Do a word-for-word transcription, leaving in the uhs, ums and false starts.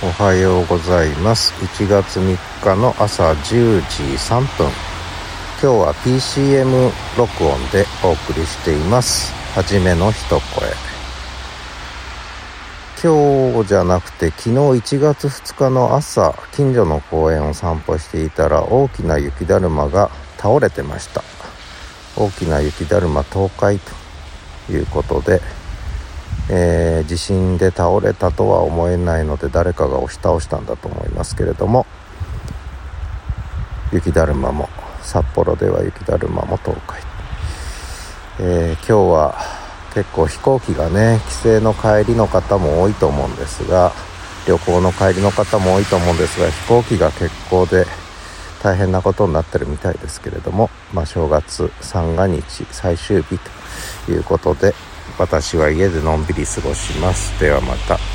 おはようございます。いちがつみっかの朝じゅうじさんぷん。今日は ピーシーエム 録音でお送りしています。はじめの一声。今日じゃなくて昨日いちがつふつかの朝、近所の公園を散歩していたら大きな雪だるまが倒れてました。大きな雪だるま倒壊ということで、えー、地震で倒れたとは思えないので誰かが押し倒したんだと思いますけれども、雪だるまも札幌では雪だるまも倒壊、えー、今日は結構飛行機がね、帰省の帰りの方も多いと思うんですが、旅行の帰りの方も多いと思うんですが、飛行機が欠航で大変なことになってるみたいですけれども、まあ、正月三が日最終日ということで、私は家でのんびり過ごします。ではまた。